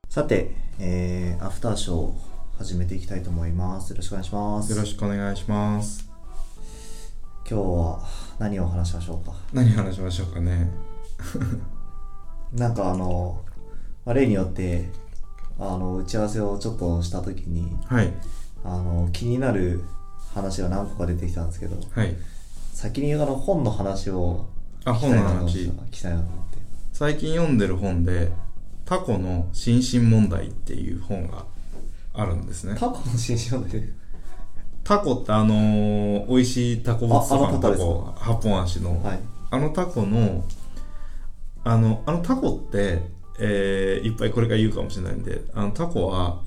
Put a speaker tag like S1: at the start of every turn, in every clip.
S1: さて、アフターショー始めていきたいと思います。よろしくお願いします。
S2: よろしくお願いします。
S1: 今日は何を話しましょうか。
S2: 何話しましょうかね。
S1: なんか例によって打ち合わせをちょっとした時に、
S2: はい。
S1: 気になる話が何個か出てきたんですけど、
S2: はい。
S1: 先に本の話を
S2: 本の話。
S1: 聞きたいなと思って。
S2: 最近読んでる本で、タコの心身問題っていう本があるんですね。
S1: タコの心身問題で。
S2: タコって美味しいタコボツとかのタコ、8本足の、
S1: はい、
S2: タコのタコって、いっぱいこれから言うかもしれないんで、タコは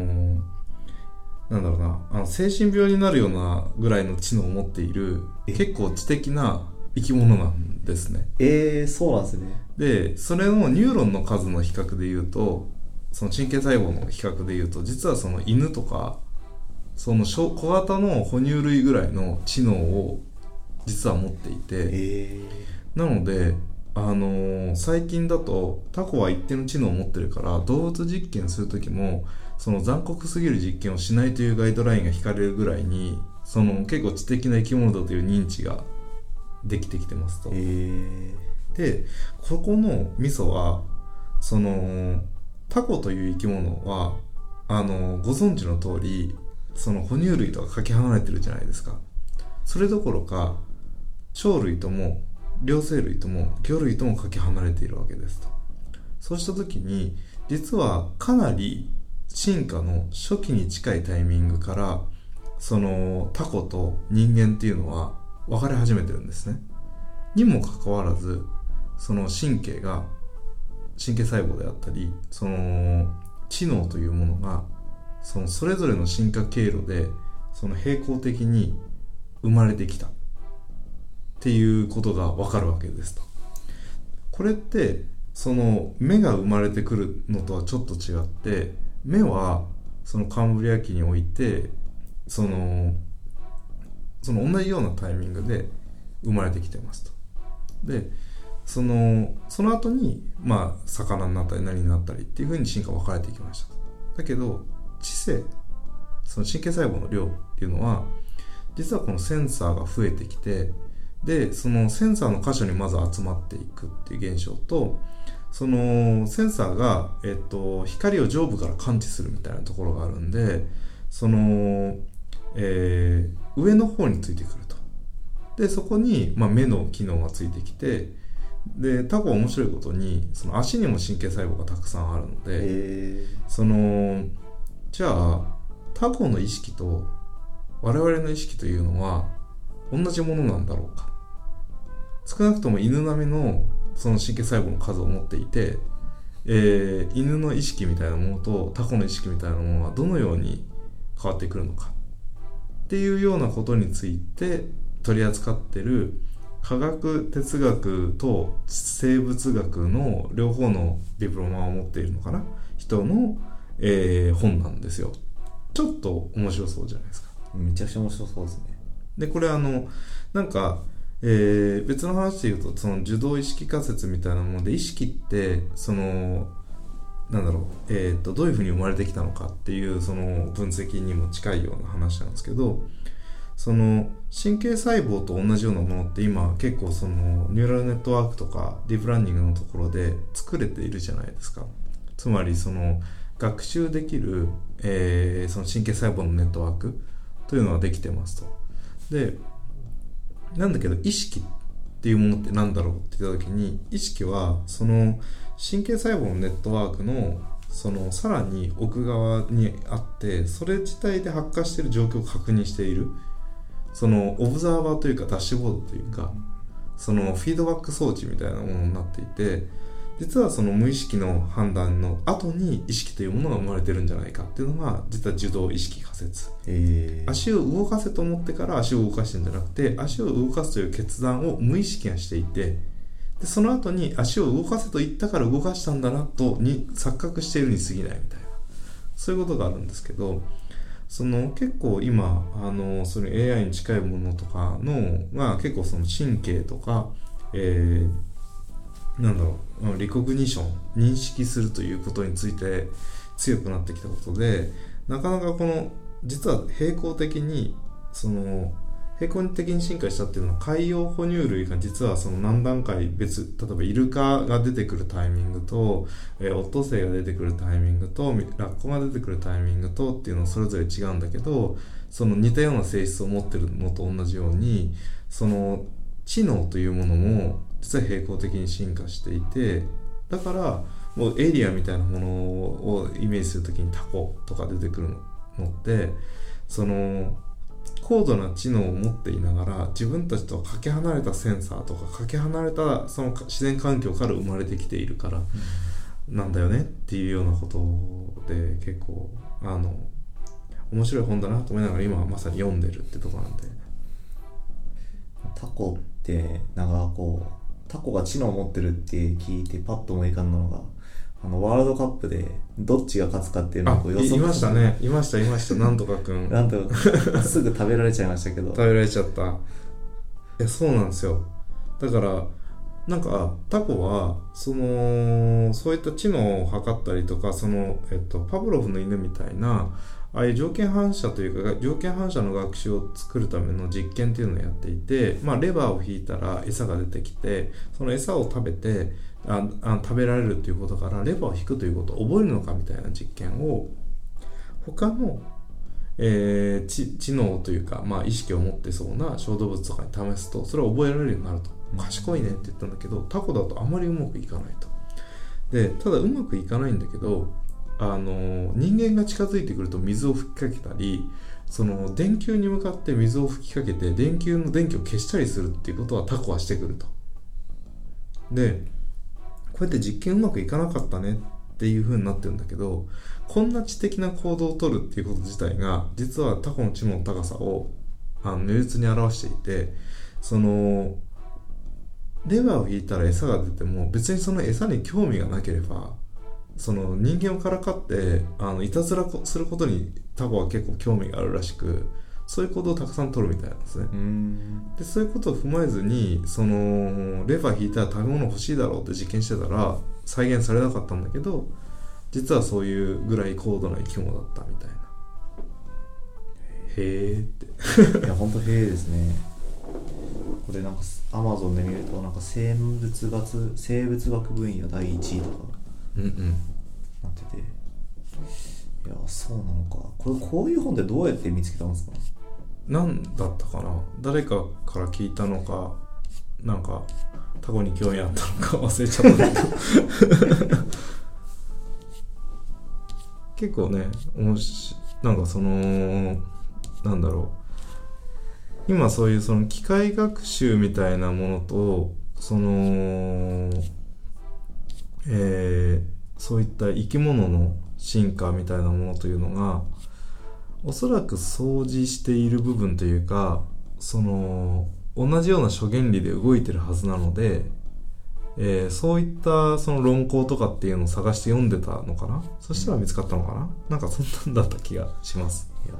S2: なんだろうな、精神病になるようなぐらいの知能を持っている結構知的な生き物なんですね。
S1: そうなんですね。
S2: で、それのニューロンの数の比較で言うと、その神経細胞の比較で言うと、実はその犬とかその小型の哺乳類ぐらいの知能を実は持っていて、なので最近だとタコは一定の知能を持ってるから、動物実験するときもその残酷すぎる実験をしないというガイドラインが引かれるぐらいに、その結構知的な生き物だという認知ができてきてますと。で、ここのミソはそのタコという生き物はご存知の通り、その哺乳類とはかけ離れてるじゃないですか。それどころか鳥類とも両生類とも魚類ともかけ離れているわけですと。そうした時に、実はかなり進化の初期に近いタイミングから、そのタコと人間っていうのは分かれ始めてるんですね。にもかかわらず、その神経細胞であったり、その知能というものがそれぞれの進化経路でその並行的に生まれてきたっていうことが分かるわけですと。これってその目が生まれてくるのとはちょっと違って、目はそのカンブリア紀においてその同じようなタイミングで生まれてきてますと。で、その後に魚になったり何になったりっていう風に進化分かれていきましたと。だけど知性、その神経細胞の量っていうのは、実はこのセンサーが増えてきて、でそのセンサーの箇所にまず集まっていくっていう現象と、そのセンサーが、光を上部から感知するみたいなところがあるんで、その、上の方についてくると。でそこに、目の機能がついてきて、でタコは面白いことにその足にも神経細胞がたくさんあるので、じゃあタコの意識と我々の意識というのは同じものなんだろうか。少なくとも犬並みのその神経細胞の数を持っていて、犬の意識みたいなものとタコの意識みたいなものはどのように変わってくるのかっていうようなことについて取り扱ってる科学哲学と生物学の両方のディプロマを持っているのかな人の、本なんですよ。ちょっと面白そうじゃないですか。
S1: めちゃくちゃ面白そうですね。
S2: でこれなんか、別の話で言うと、その受動意識仮説みたいなもので、意識ってなんだろう、どういうふうに生まれてきたのかっていうその分析にも近いような話なんですけど、その神経細胞と同じようなものって今結構そのニューラルネットワークとかディープラーニングのところで作れているじゃないですか。つまりその学習できる、その神経細胞のネットワークというのはできてますと。で、なんだけど意識っていうものってなんだろうって言った時に、意識はその神経細胞のネットワークのそのさらに奥側にあって、それ自体で発火している状況を確認している、そのオブザーバーというかダッシュボードというか、そのフィードバック装置みたいなものになっていて、実はその無意識の判断の後に意識というものが生まれてるんじゃないかっていうのが実は受動意識仮説。足を動かせと思ってから足を動かしてるんじゃなくて、足を動かすという決断を無意識がしていて、でその後に足を動かせと言ったから動かしたんだなとに錯覚しているに過ぎないみたいな、そういうことがあるんですけど、その結構今その AI に近いものとかのが結構その神経とか、なんだろう、 リコグニション、認識するということについて強くなってきたことで、なかなかこの実は並行的に進化したっていうのは、海洋哺乳類が実はその何段階別、例えばイルカが出てくるタイミングと、オットセイが出てくるタイミングと、ラッコが出てくるタイミングとっていうのはそれぞれ違うんだけど、その似たような性質を持ってるのと同じように、その知能というものも実は並行的に進化していて、だからもうエイリアンみたいなものをイメージするときにタコとか出てくるのって、その高度な知能を持っていながら自分たちとはかけ離れたセンサーとかかけ離れたその自然環境から生まれてきているからなんだよねっていうようなことで、結構面白い本だなと思いながら今まさに読んでるってとこなんで。
S1: タコってなんかこうタコが知能を持ってるって聞いてパッと思い浮かんだのが、ワールドカップでどっちが勝つかっていうのをこう予測
S2: いましたね、いましたなんとかくん
S1: なんとすぐ食べられちゃいましたけど
S2: 食べられちゃった。そうなんですよ。だからなんかタコはそういった知能を測ったりとか、パブロフの犬みたいなああいう条件反射というか条件反射の学習を作るための実験っていうのをやっていて、レバーを引いたら餌が出てきて、その餌を食べて食べられるっていうことから、レバーを引くということを覚えるのかみたいな実験を他の、知能というか、意識を持ってそうな小動物とかに試すとそれを覚えられるようになると。賢いねって言ったんだけど、タコだとあまりうまくいかないと。でただうまくいかないんだけど、人間が近づいてくると水を吹きかけたり、その電球に向かって水を吹きかけて電球の電気を消したりするっていうことはタコはしてくると。でこうやって実験うまくいかなかったねっていう風になってるんだけど、こんな知的な行動を取るっていうこと自体が実はタコの知能の高さを如実に表していて、そのレバーを引いたら餌が出ても別にその餌に興味がなければ、その人間をからかっていたずらすることにタコは結構興味があるらしく、そういう行動をたくさん取るみたいなんですね。でそういうことを踏まえずに、そのレバー引いたら食べ物欲しいだろうって実験してたら再現されなかったんだけど、実はそういうぐらい高度な生き物だったみたいな。へーって
S1: いや本当へーですね。これなんか Amazon で見るとなんか生物学分野第1位とかなってて、いやそうなのか。こういう本ってどうやって見つけたんですか？
S2: なんだったかな、誰かから聞いたのか、なんかタコに興味あったのか忘れちゃったんだけど結構ねなんかなんだろう、今そういうその機械学習みたいなものとそういった生き物の進化みたいなものというのがおそらく相似している部分というか、同じような諸原理で動いてるはずなので、そういったその論考とかっていうのを探して読んでたのかな。そしたら見つかったのかな、なんかそんなんだった気がします。
S1: いや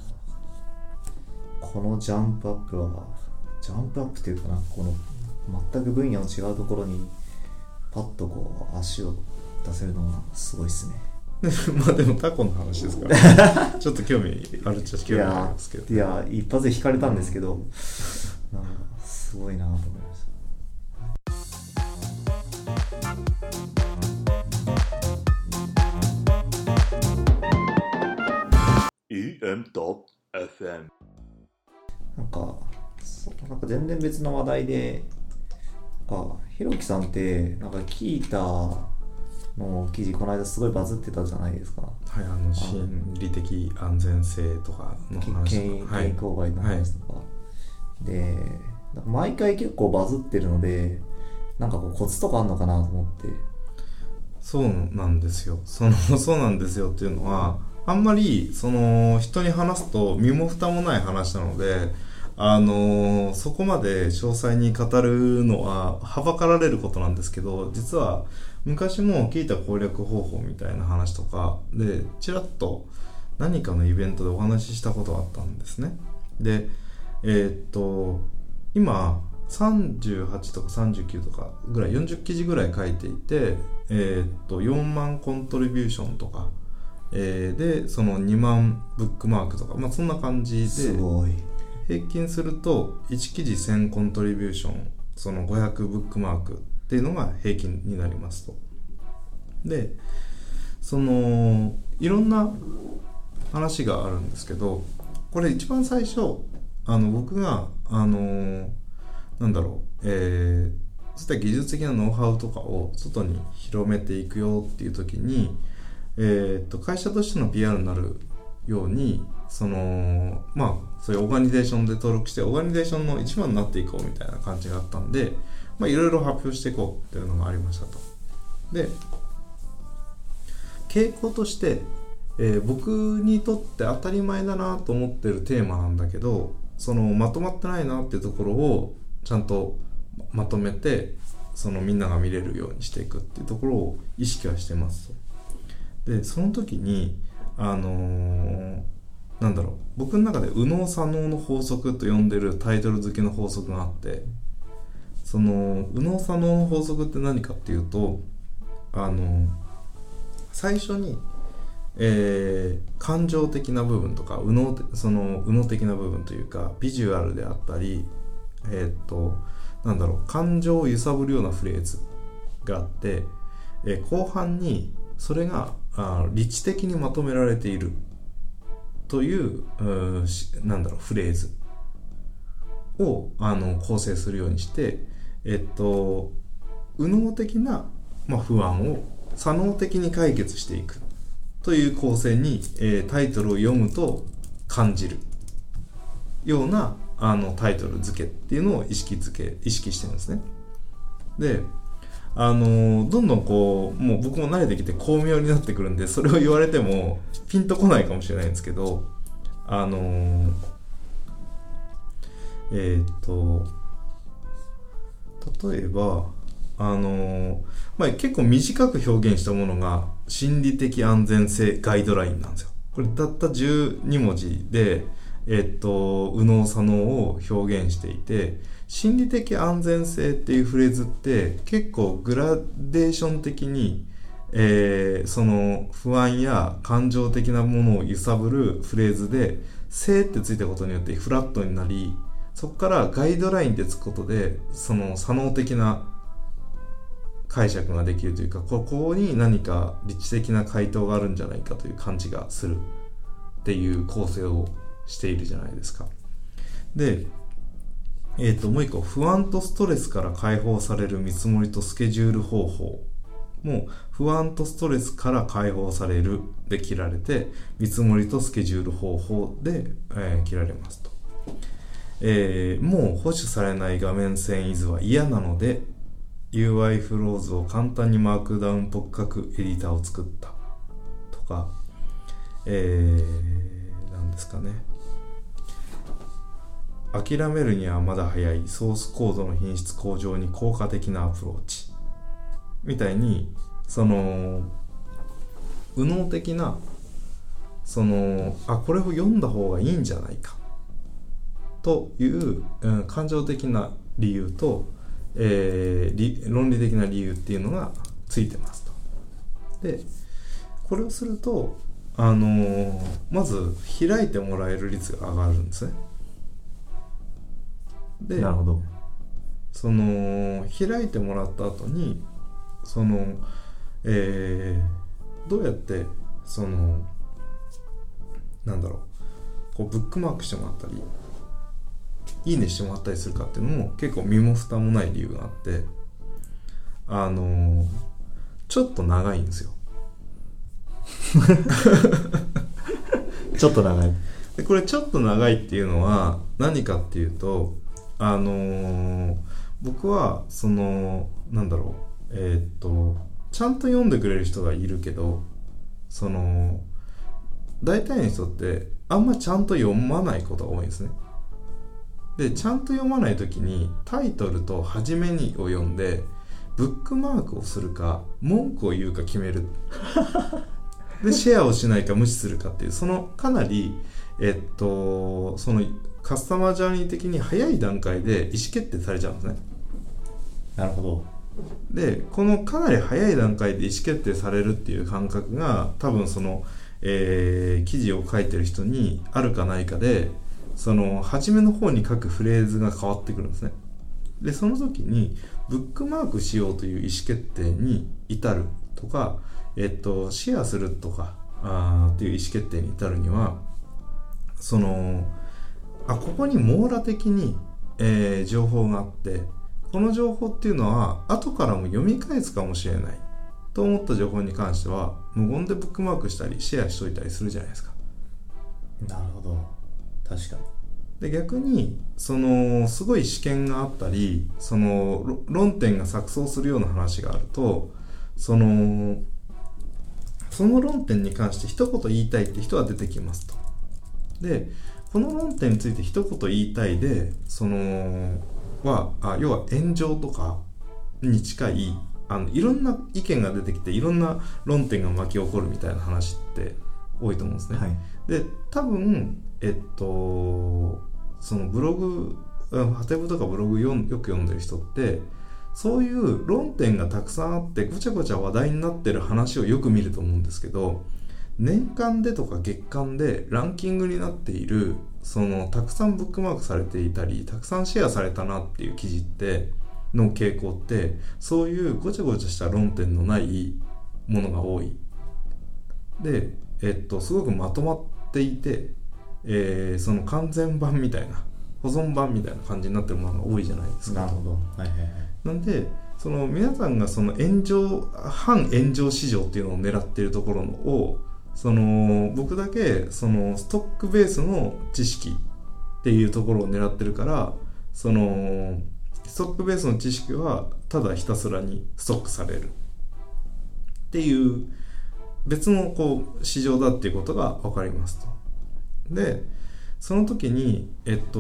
S1: このジャンプアップっていうかな、この全く分野の違うところにパッとこう足を出せるのがすごいっすね
S2: でもタコの話ですからちょっと興味あるっちゃ興味ありますけど、
S1: いや一発で惹かれたんですけど、なんかすごいなと思いました。EM.FM なんか全然別の話題で、ひろきさんってなんか聞いたの記事この間すごいバズってたじゃないですか。
S2: はい、心理的安全性とかの話とか、
S1: 権威勾配の話とか、でなんか毎回結構バズってるので、なんかこうコツとかあんのかなと思って。
S2: そうなんですよ。そうなんですよっていうのは、あんまり人に話すと身も蓋もない話なので、そこまで詳細に語るのははばかられることなんですけど、実は昔も聞いた攻略方法みたいな話とかでちらっと何かのイベントでお話ししたことがあったんですね。で今 38とか39とかぐらい40記事ぐらい書いていて、4万コントリビューションとか、でその2万ブックマークとか、そんな感じです
S1: ごい
S2: 平均すると1記事1000コントリビューション、その500ブックマークっていうのが平均になりますと。でそのいろんな話があるんですけど、これ一番最初僕がなんだろう、そういった技術的なノウハウとかを外に広めていくよっていう時に、会社としての PR になるようにそういうオーガニゼーションで登録してオーガニゼーションの一番になっていこうみたいな感じがあったんで、いろいろ発表していこうっていうのがありましたと。で傾向として、僕にとって当たり前だなと思ってるテーマなんだけど、そのまとまってないなっていうところをちゃんとまとめてみんなが見れるようにしていくっていうところを意識はしてますと。でその時に僕の中で右脳左脳の法則と呼んでるタイトル付けの法則があって、その右脳左脳の法則って何かっていうと、最初に、感情的な部分とか右脳的な部分というかビジュアルであったり、感情を揺さぶるようなフレーズがあって、後半にそれが理知的にまとめられているというフレーズを構成するようにして、右脳的な、不安を左脳的に解決していくという構成に、タイトルを読むと感じるようなタイトル付けっていうのを意識してるんですね。でどんどんもう僕も慣れてきて巧妙になってくるんで、それを言われてもピンとこないかもしれないんですけど、例えば結構短く表現したものが心理的安全性ガイドラインなんですよ。これたった12文字で右脳左脳を表現していて、心理的安全性っていうフレーズって結構グラデーション的に、その不安や感情的なものを揺さぶるフレーズで、性ってついたことによってフラットになり、そこからガイドラインってつくことでその左脳的な解釈ができるというか、ここに何か理知的な回答があるんじゃないかという感じがするっていう構成をしているじゃないですか。で、もう一個、不安とストレスから解放される見積もりとスケジュール方法も、不安とストレスから解放されるで切られて、見積もりとスケジュール方法で、切られますと。もう保守されない画面遷移図は嫌なので UI フローズを簡単にマークダウンっぽく書くエディターを作ったとか、なんですかね、諦めるにはまだ早いソースコードの品質向上に効果的なアプローチみたいに、その右脳的なこれを読んだ方がいいんじゃないかという、感情的な理由と、論理的な理由っていうのがついてますと。でこれをすると、まず開いてもらえる率が上がるんですね。で、
S1: なるほど。
S2: 開いてもらった後にどうやってこうブックマークしてもらったりいいねしてもらったりするかっていうのも結構身も蓋もない理由があって、ちょっと長いんですよ。
S1: ちょっと長い。
S2: でこれちょっと長いっていうのは何かっていうと、僕はちゃんと読んでくれる人がいるけど、大体の人ってあんまちゃんと読まないことが多いんですね。でちゃんと読まないときにタイトルと初めにを読んでブックマークをするか文句を言うか決めるでシェアをしないか無視するかっていう、かなり、 そのカスタマージャーニー的に早い段階で意思決定されちゃうんですね。
S1: なるほど。
S2: でこのかなり早い段階で意思決定されるっていう感覚が多分その、記事を書いてる人にあるかないかで、その初めの方に書くフレーズが変わってくるんですね。でその時にブックマークしようという意思決定に至るとか、シェアするとかっていう意思決定に至るには、そのここに網羅的に、情報があって、この情報っていうのは後からも読み返すかもしれないと思った情報に関しては無言でブックマークしたりシェアしといたりするじゃないですか。
S1: なるほど、確かに。
S2: で逆にそのすごい試験があったり、その論点が錯綜するような話があると、その論点に関して一言言いたいって人が出てきますと。でこの論点について一言言いたいで、その要は炎上とかに近いいろんな意見が出てきていろんな論点が巻き起こるみたいな話って多いと思うんですね、はい、で多分そのブログハテブとかブログよく読んでる人ってそういう論点がたくさんあってごちゃごちゃ話題になってる話をよく見ると思うんですけど、年間でとか月間でランキングになっているそのたくさんブックマークされていたりたくさんシェアされたなっていう記事っての傾向ってそういうごちゃごちゃした論点のないものが多いで、すごくまとまっていて、その完全版みたいな保存版みたいな感じになってるものが多いじゃないですか。
S1: なるほど、はいはいはい。
S2: なんでその皆さんがその反炎上市場っていうのを狙っているところをその僕だけそのストックベースの知識っていうところを狙ってるから、そのストックベースの知識はただひたすらにストックされるっていう別のこう市場だっていうことが分かりますと。でその時に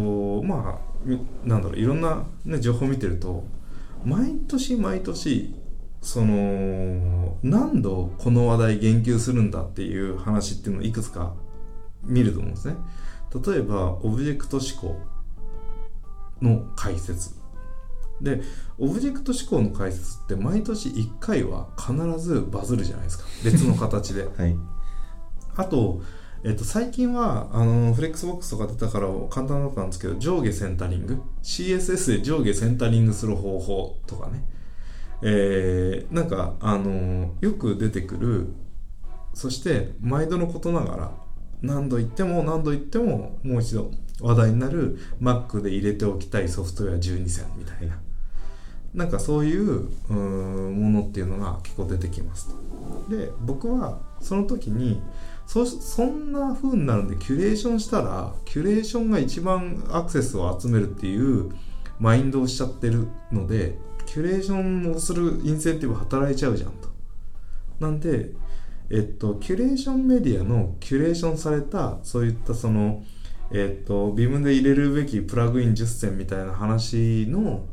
S2: なんだろう、いろんな、ね、情報を見てると毎年その何度この話題言及するんだっていう話っていうのをいくつか見ると思うんですね。例えばオブジェクト思考の解説で、オブジェクト思考の解説って毎年1回は必ずバズるじゃないですか、別の形で、はい、あと、最近はフレックスボックスとか出たから簡単だったんですけど、上下センタリング CSS で上下センタリングする方法とかね、なんかよく出てくる。そして毎度のことながら何度言ってももう一度話題になる Mac で入れておきたいソフトウェア12選みたいな、なんかそういうものっていうのが結構出てきますと。で僕はその時にそんな風になるんでキュレーションしたらキュレーションが一番アクセスを集めるっていうマインドをしちゃってるので、キュレーションをするインセンティブ働いちゃうじゃんと。なんでキュレーションメディアのキュレーションされたそういったそのVim で入れるべきプラグイン10選みたいな話の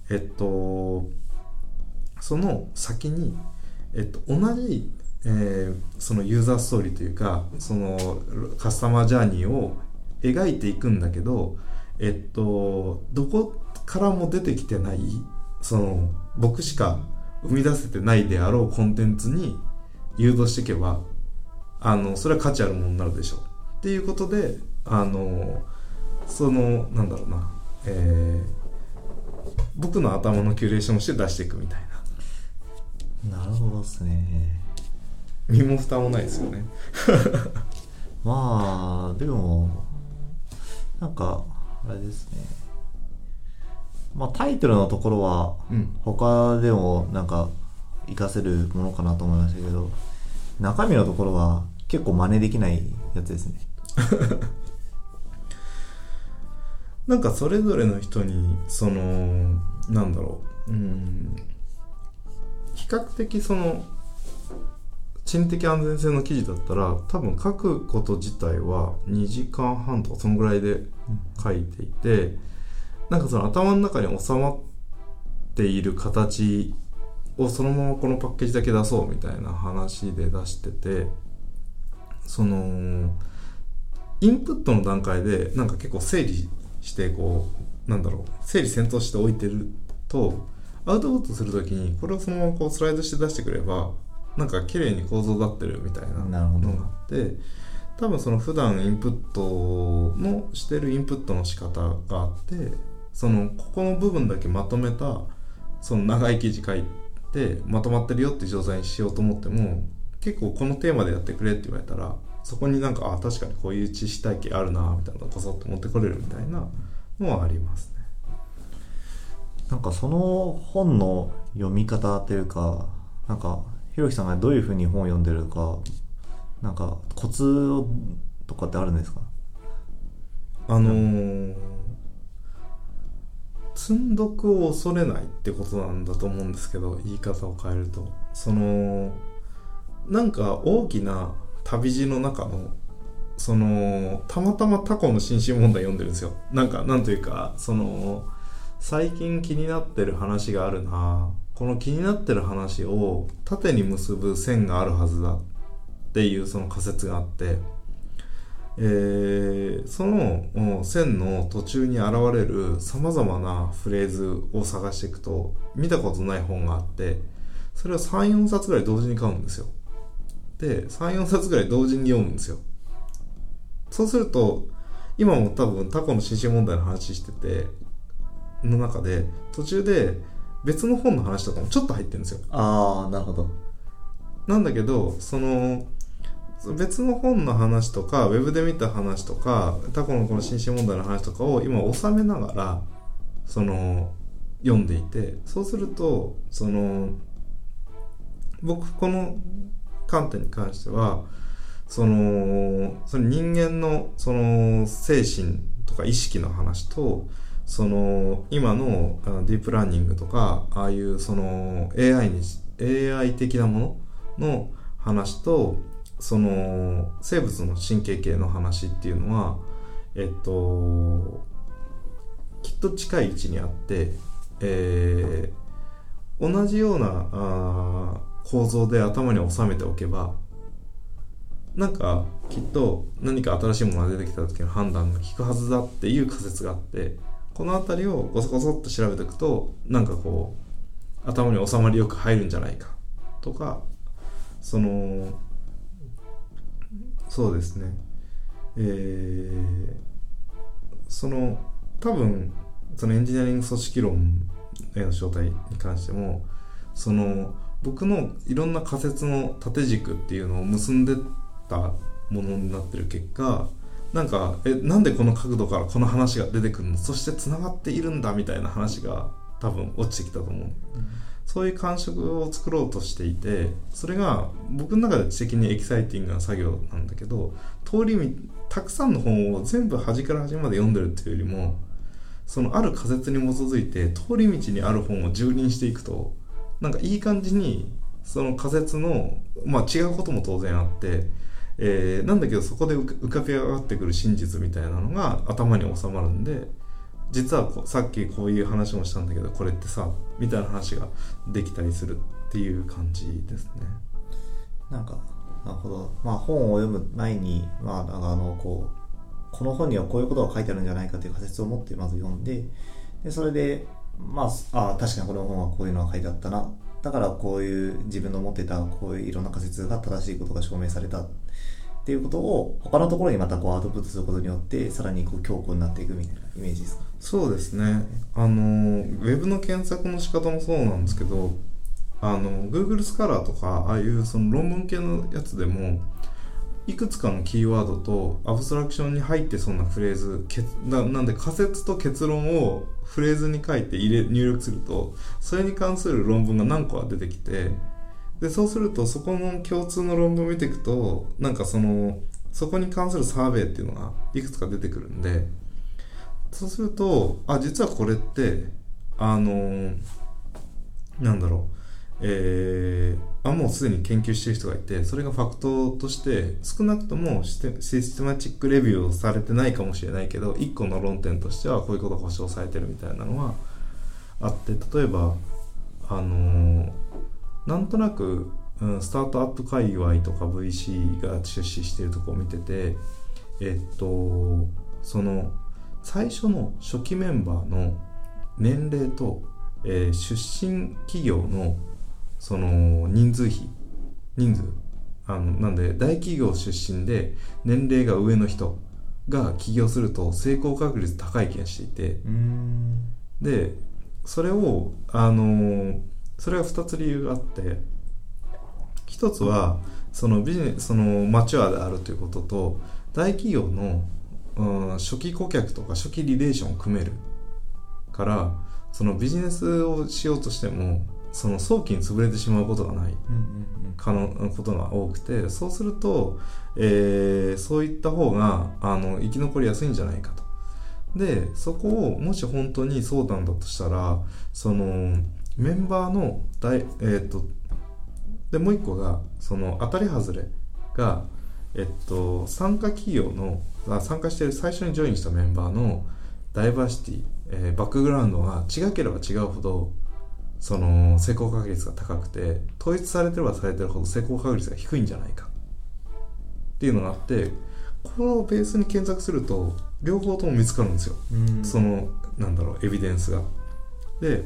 S2: その先に同じそのユーザーストーリーというかそのカスタマージャーニーを描いていくんだけど、どこからも出てきてないその僕しか生み出せてないであろうコンテンツに誘導していけばそれは価値あるものになるでしょうっていうことでそのなんだろうな、僕の頭のキュレーションをして出していくみたい
S1: な。なるほどですね。
S2: 身も蓋もないですよね
S1: まあでもなんかあれですね、まあタイトルのところは他でもなんか活かせるものかなと思いましたけど、中身のところは結構真似できないやつですね
S2: なんかそれぞれの人にそのなんだろう、比較的その心的安全性の記事だったら多分書くこと自体は2時間半とかそのぐらいで書いていて、なんかその頭の中に収まっている形をそのままこのパッケージだけ出そうみたいな話で出してて、そのインプットの段階でなんか結構整理してこう整理整頓して置いてると、アウトプットするときにこれをそのままこうスライドして出してくればなんか綺麗に構造立ってるみたいなのがあって、多分その普段インプットのしてるインプットの仕方があって、そのここの部分だけまとめたその長い記事書いてまとまってるよっていう状態にしようと思っても、結構このテーマでやってくれって言われたらそこになんか確かにこういう知識体系あるなみたいなのをこそっと持ってこれるみたいなのはありますね。
S1: なんかその本の読み方というか、なんかひろきさんがどういうふうに本を読んでるか、なんかコツとかってあるんですか？
S2: 積んどくを恐れないってことなんだと思うんですけど、言い方を変えるとなんか大きな旅路の中のたまたまタコの心身問題読んでるんですよ。なんというか最近気になってる話があるな、この気になってる話を縦に結ぶ線があるはずだっていうその仮説があって、その線の途中に現れるさまざまなフレーズを探していくと見たことない本があって、それを 3,4 冊ぐらい同時に買うんですよ。で 3,4 冊ぐらい同時に読むんですよ。そうすると今も多分タコの心身問題の話してての中で途中で別の本の話とかもちょっと入ってるんですよ。
S1: ああ、なるほど。
S2: なんだけど別の本の話とかウェブで見た話とかタコのこの心身問題の話とかを今収めながら読んでいて、そうすると僕この観点に関してはその人間の精神とか意識の話と今のディープラーニングとかああいうAI 的なものの話と生物の神経系の話っていうのはきっと近い位置にあって、同じような構造で頭に収めておけばなんかきっと何か新しいものが出てきた時の判断が効くはずだっていう仮説があって、このあたりをゴソゴソっと調べていくとなんかこう頭に収まりよく入るんじゃないかとか、そうですね、多分エンジニアリング組織論への招待に関しても僕のいろんな仮説の縦軸っていうのを結んでったものになってる結果、なんでこの角度からこの話が出てくるの、そしてつながっているんだみたいな話が多分落ちてきたと思う、そういう感触を作ろうとしていて、それが僕の中で知的にエキサイティングな作業なんだけど、たくさんの本を全部端から端まで読んでるっていうよりもある仮説に基づいて通り道にある本を蹂躙していくとなんかいい感じに仮説の、違うことも当然あって、なんだけどそこで浮かび上がってくる真実みたいなのが頭に収まるんで、実はさっきこういう話もしたんだけどこれってさみたいな話ができたりするっていう感じですね。
S1: なるほど。本を読む前にこの本にはこういうことが書いてあるんじゃないかという仮説を持ってまず読んで、それで確かにこの本はこういうのが書いてあったな、だからこういう自分の持ってたこういういろんな仮説が正しいことが証明されたっていうことを他のところにまたアウトプットすることによってさらに強固になっていくみたいなイメージですか？
S2: そうですね。ウェブの検索の仕方もそうなんですけど、Google スカラーとかああいう論文系のやつでもいくつかのキーワードとアブストラクションに入ってそうなフレーズなんで仮説と結論をフレーズに書いて入力するとそれに関する論文が何個か出てきて、でそうするとそこの共通の論文を見ていくとなんかそこに関するサーベイっていうのがいくつか出てくるんで、そうすると実はこれってもうすでに研究している人がいて、それがファクトとして少なくともシステマチックレビューをされてないかもしれないけど一個の論点としてはこういうことが保証されてるみたいなのはあって、例えばなんとなく、スタートアップ界隈とか VC が出資しているところを見てて、 その最初の初期メンバーの年齢と、出身企業のその人数なんで大企業出身で年齢が上の人が起業すると成功確率高い気がしていて、でそれが2つ理由があって、一つはそのビジネスマチュアであるということと、大企業の、初期顧客とか初期リレーションを組めるから、そのビジネスをしようとしてもその早期に潰れてしまうことがないことが多くて、そうすると、そういった方が生き残りやすいんじゃないかと。でそこをもし本当にそうなんだとしたら、そのメンバーのでもう一個がその当たり外れが、参加企業の参加している最初にジョインしたメンバーのダイバーシティ、バックグラウンドが違ければ違うほどその成功確率が高くて、統一されてればされてるほど成功確率が低いんじゃないかっていうのがあって、これをベースに検索すると両方とも見つかるんですよ、そのエビデンスが。で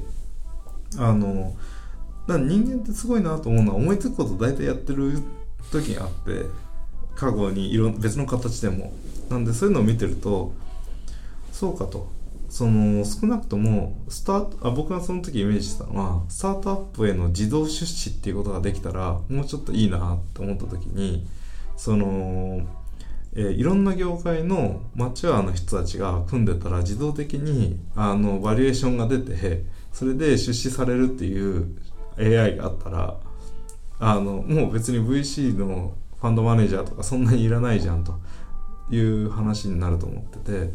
S2: 人間ってすごいなと思うのは、思いつくこと大体やってる時にあって、過去に別の形でもなんで、そういうのを見てるとそうかと、少なくとも僕がその時イメージしたのは、スタートアップへの自動出資っていうことができたらもうちょっといいなと思った時に、いろんな業界のマチュアの人たちが組んでたら自動的にバリエーションが出て、それで出資されるっていう AI があったら、もう別に VC のファンドマネージャーとかそんなにいらないじゃんという話になると思ってて、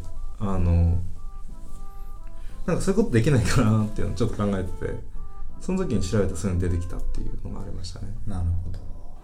S2: なんかそういうことできないかなっていうのをちょっと考えてて、その時に調べたらそういうの出てきたっていうのがありましたね。
S1: なるほど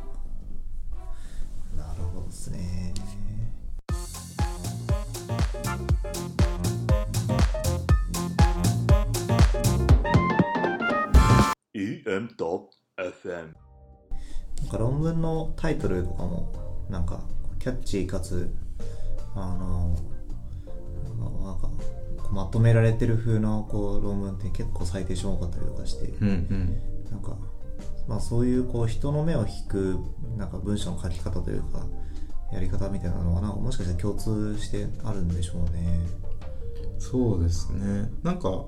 S1: ですね。EM.FM なんか論文のタイトルとかもなんかキャッチーかつなんかまとめられてる風な論文って結構サイテーション多かったりとかして、なんかそういう人の目を引くなんか文章の書き方というかやり方みたいなのはなんかもしかしたら共通してあるんでしょうね。
S2: そうですね。なんか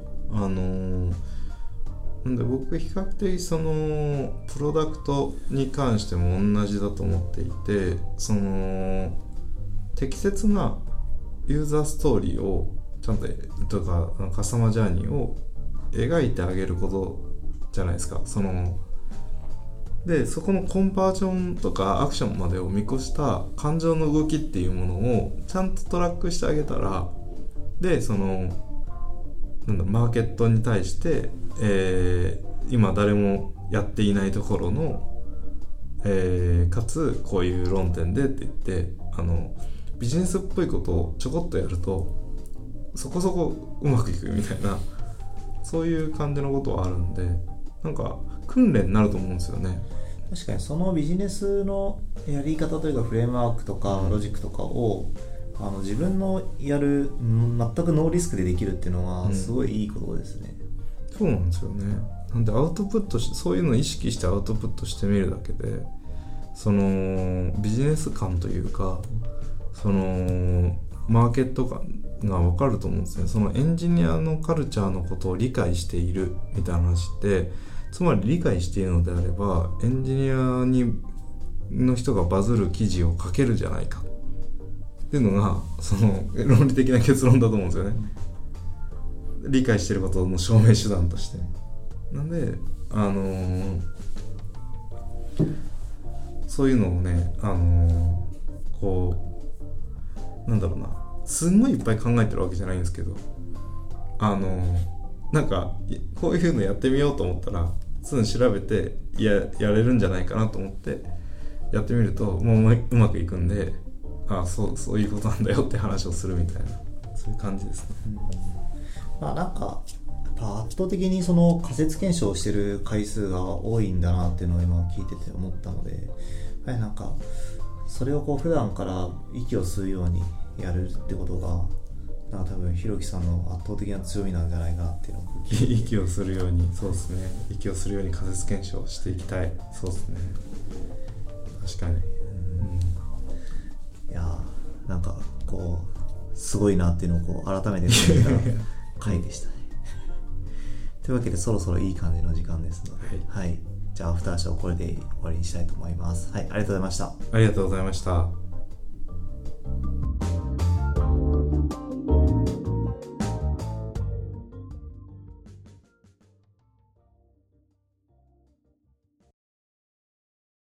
S2: なんで僕比較的そのプロダクトに関しても同じだと思っていて、その適切なユーザーストーリーをちゃんとかカスタマージャーニーを描いてあげることじゃないですか。でそこのコンバージョンとかアクションまでを見越した感情の動きっていうものをちゃんとトラックしてあげたら、でマーケットに対して、今誰もやっていないところの、かつこういう論点でって言ってビジネスっぽいことをちょこっとやるとそこそこうまくいくみたいな、そういう感じのことはあるんで、なんか訓練になると思うんですよね。
S1: 確かにそのビジネスのやり方というかフレームワークとかロジックとかを自分のやる全くノーリスクでできるっていうのはすごいいいことですね。
S2: そうなんですよね。なんでアウトプットそういうのを意識してアウトプットしてみるだけで、そのビジネス感というかそのマーケット感が分かると思うんですね。そのエンジニアのカルチャーのことを理解しているみたいな話って、つまり理解しているのであればエンジニアの人がバズる記事を書けるじゃないかっていうのがその論理的な結論だと思うんですよね。理解していることの証明手段として。なんでそういうのをねなんだろうな、すんごいいっぱい考えてるわけじゃないんですけど、なんかこういうのやってみようと思ったらすぐ調べてやれるんじゃないかなと思ってやってみるともううまくいくんで、そういうことなんだよって話をするみたいな、そういう感じですね。
S1: なんか圧倒的にその仮説検証してる回数が多いんだなっていうのを今聞いてて思ったので、なんかそれをこう普段から息を吸うようにやるってことがなんか多分ひろきさんの圧倒的な強みなんじゃないかなっていうのを
S2: 息をするように、そうですね、息をするように仮説検証していきたい。そうですね、確かに。
S1: いやなんかこうすごいなっていうのをこう改めて感じた回でしたねというわけでそろそろいい感じの時間ですので、はい、じゃあアフターショーこれで終わりにしたいと思います。はい、ありがとうございました。
S2: ありがとうございました。